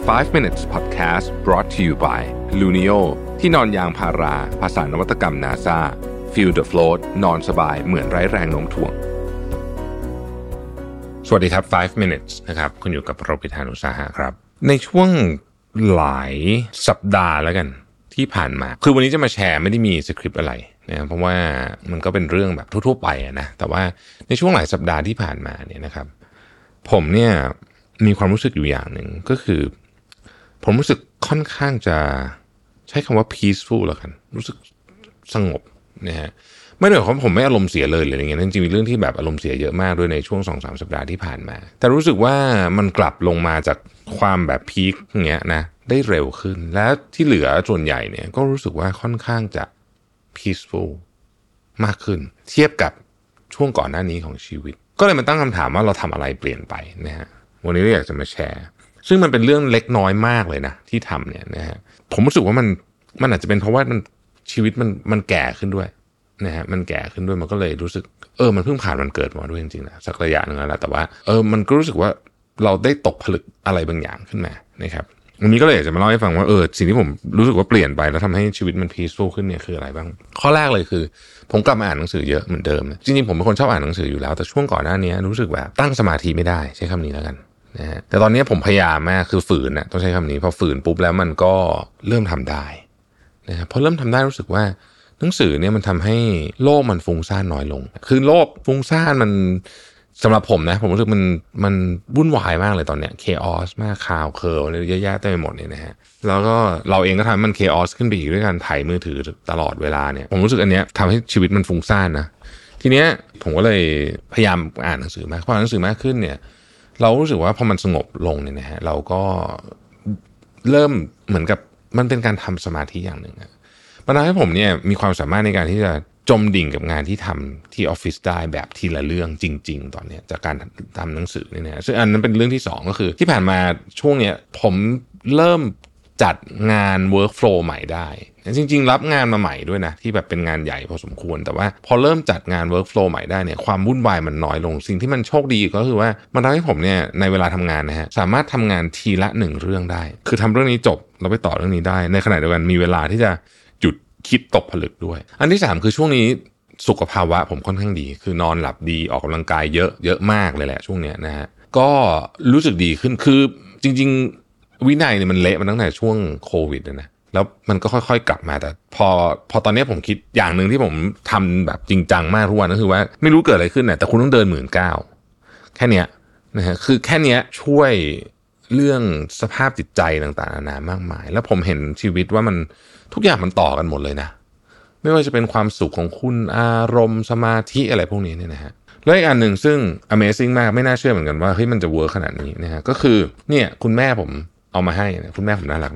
5 minutes podcast brought to you by Luno ที่นอนยางพาราภาษานวัตกรรม NASA Feel the float นอนสบายเหมือนไร้แรงโน้มถ่วงสวัสดีครับ5 minutes นะครับคุณอยู่กับโรบิธานุสาหะครับในช่วงหลายสัปดาห์แล้วกันที่ผ่านมาคือวันนี้จะมาแชร์ไม่ได้มีสคริปต์อะไรนะเพราะว่ามันก็เป็นเรื่องแบบทั่วๆไปนะแต่ว่าในช่วงหลายสัปดาห์ที่ผ่านมาเนี่ยนะครับผมเนี่ยมีความรู้สึกอยู่อย่างหนึ่งก็คือผมรู้สึกค่อนข้างจะใช้คำว่า peaceful แล้วกันรู้สึกสงบนะฮะไม่ได้หมายความว่าผมไม่อารมณ์เสียเลยหรืออะไรเงี้ยจริงๆมีเรื่องที่แบบอารมณ์เสียเยอะมากด้วยในช่วง 2-3 สัปดาห์ที่ผ่านมาแต่รู้สึกว่ามันกลับลงมาจากความแบบพีคอย่างเงี้ยนะได้เร็วขึ้นและที่เหลือส่วนใหญ่เนี่ยก็รู้สึกว่าค่อนข้างจะ peaceful มากขึ้นเทียบกับช่วงก่อนหน้านี้ของชีวิตก็เลยมาตั้งคำถามว่าเราทำอะไรเปลี่ยนไปนะฮะวันนี้เราอยากจะมาแชร์ซึ่งมันเป็นเรื่องเล็กน้อยมากเลยนะที่ทำเนี่ยนะฮะผมรู้สึกว่ามันอาจจะเป็นเพราะว่าชีวิตมันแก่ขึ้นด้วยนะฮะมันแก่ขึ้นด้วยมันก็เลยรู้สึกมันเพิ่งผ่านวันเกิดมาด้วยจริงๆนะสักระยะนึงแล้วแต่ว่ามันก็รู้สึกว่าเราได้ตกผลึกอะไรบางอย่างขึ้นมานะครับวันนี้ก็เลยอยากจะมาเล่าให้ฟังว่าสิ่งที่ผมรู้สึกว่าเปลี่ยนไปแล้วทำให้ชีวิตมัน peaceful ขึ้นเนี่ยคืออะไรบ้างข้อแรกเลยคือผมกลับมาอ่านหนังสือเยอะเหมือนเดิมจริงๆผมเป็นคนชอบอ่านหนังสืออยู่แล้วแต่ช่วงก่อนหน้านี้รู้สึกแบบตั้งสมาธิไม่ได้ใช้คำนี้แล้วกันนะฮะแต่ตอนนี้ผมพยายามมากคือฝืนนะต้องใช้คำนี้พอฝืนปุ๊บแล้วมันก็เริ่มทำได้นะฮะพอเริ่มทำได้รู้สึกว่าหนังสือเนี่ยมันทำให้โลกมันฟุ้งซ่านน้อยลงคือโลกฟุ้งซ่านมันสำหรับผมนะผมรู้สึกมันวุ่นวายมากเลยตอนเนี้ย chaos มากข่าวเคิร์อะไรเยอะแยะเต็มไปหมดเนี่ยนะฮะแล้วก็เราเองก็ทำให้มัน chaos ขึ้นไปอีกด้วยการถ่ายมือถือตลอดเวลาเนี่ยผมรู้สึกอันเนี้ยทำให้ชีวิตมันฟุ้งซ่านนะทีเนี้ยผมก็เลยพยายามอ่านหนังสือมากพออ่านหนังสือมากขึ้นเนี่ยเรารู้สึกว่าพอมันสงบลงเนี่ยนะฮะเราก็เริ่มเหมือนกับมันเป็นการทำสมาธิอย่างหนึ่งมันทำให้ผมเนี่ยมีความสามารถในการที่จะจมดิ่งกับงานที่ทำที่ออฟฟิศได้แบบทีละเรื่องจริงๆตอนนี้จากการทำหนังสือเนี่ยนะซึ่งอันนั้นเป็นเรื่องที่2ก็คือที่ผ่านมาช่วงเนี้ยผมเริ่มจัดงาน workflow ใหม่ได้จริงๆรับงานมาใหม่ด้วยนะที่แบบเป็นงานใหญ่พอสมควรแต่ว่าพอเริ่มจัดงาน workflow ใหม่ได้เนี่ยความวุ่นวายมันน้อยลงสิ่งที่มันโชคดีก็คือว่ามันทำให้ผมเนี่ยในเวลาทำงานนะฮะสามารถทำงานทีละ1เรื่องได้คือทำเรื่องนี้จบแล้วไปต่อเรื่องนี้ได้ในขณะเดียวกันมีเวลาที่จะหยุดคิดตกผลึกด้วยอันที่3คือช่วงนี้สุขภาวะผมค่อนข้างดีคือนอนหลับดีออกกำลังกายเยอะมากเลยแหละช่วงเนี้ยนะฮะก็รู้สึกดีขึ้นคือจริงๆวินัยเนี่ยมันเละมาตั้งแต่ช่วงโควิดนะแล้วมันก็ค่อยๆกลับมาแต่พอตอนนี้ผมคิดอย่างนึงที่ผมทำแบบจริงจังมากทุกวันก็คือว่าไม่รู้เกิดอะไรขึ้นแต่คุณต้องเดิน 19,000 แค่เนี้ยนะฮะคือแค่เนี้ยช่วยเรื่องสภาพจิตใจต่างๆนานามากมายแล้วผมเห็นชีวิตว่ามันทุกอย่างมันต่อกันหมดเลยนะไม่ว่าจะเป็นความสุขของคุณอารมณ์สมาธิอะไรพวกนี้เนี่ยนะฮะแล้วอีกอันหนึ่งซึ่ง Amazing มากไม่น่าเชื่อเหมือนกันว่าเฮ้ยมันจะเวิร์คขนาดนี้นะฮะก็คือเนี่ยคุณแม่ผมเอามาให้นะคุณแม่ผมน่ารักไหม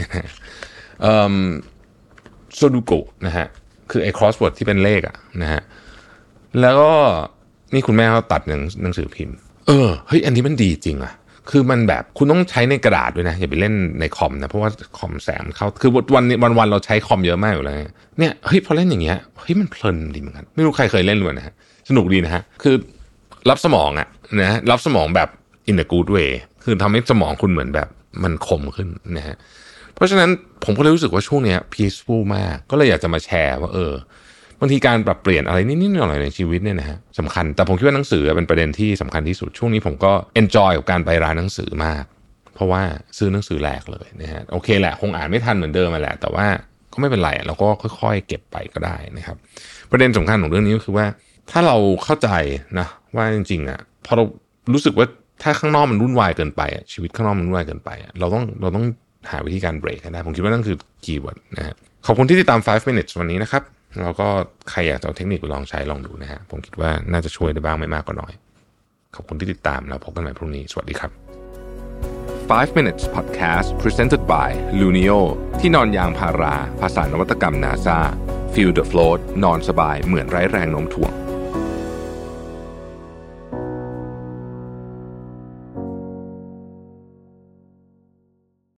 โซดูโกะนะฮะคือไอ้ crossword ที่เป็นเลขอะนะฮะแล้วก็นี่คุณแม่เขาตัดหนังสือพิมพ์เฮ้ยอันนี้มันดีจริงอะคือมันแบบคุณต้องใช้ในกระดาษด้วยนะอย่าไปเล่นในคอมนะเพราะว่าคอมแสงเข้าคือวันเราใช้คอมเยอะมากอยู่แล้วเนี่ยเฮ้ยพอเล่นอย่างเงี้ยเฮ้ยมันเพลินดีเหมือนกันไม่รู้ใครเคยเล่นหรือเปล่านะฮะสนุกดีนะฮะคือรับสมองอะนะรับสมองแบบ in a good way คือทำให้สมองคุณเหมือนแบบมันคมขึ้นนะฮะเพราะฉะนั้นผมก็เลยรู้สึกว่าช่วงนี้ peaceful มากก็เลยอยากจะมาแชร์ว่าบางทีการปรับเปลี่ยนอะไรนิดๆหน่อยๆในชีวิตเนี่ยนะฮะสำคัญแต่ผมคิดว่าหนังสือเป็นประเด็นที่สำคัญที่สุดช่วงนี้ผมก็ enjoy กับการไปร้านหนังสือมากเพราะว่าซื้อหนังสือแลกเลยนะฮะโอเคแหละคงอ่านไม่ทันเหมือนเดิมแหละแต่ว่าก็ไม่เป็นไรเราก็ค่อยๆเก็บไปก็ได้นะครับประเด็นสำคัญของเรื่องนี้ก็คือว่าถ้าเราเข้าใจนะว่าจริงๆพอเรารู้สึกว่าถ้าข้างนอกมันวุ่นวายเกินไปชีวิตข้างนอกมันวุ่นวายเกินไปเราต้องหาวิธีการเบรกให้ได้ผมคิดว่านั่นคือคีย์เวิร์ดนะฮะขอบคุณที่ติดตาม5 minutes วันนี้นะครับแล้วก็ใครอยากจะเอาเทคนิคไปลองใช้ลองดูนะฮะผมคิดว่าน่าจะช่วยได้บ้างไม่มากก็น้อยขอบคุณที่ติดตามแล้วพบกันใหม่พรุ่งนี้สวัสดีครับ5 minutes podcast presented by Luno ที่นอนยางพาราภาษานวัตกรรม NASA Feel the float นอนสบายเหมือนไร้แรงโน้มถ่วง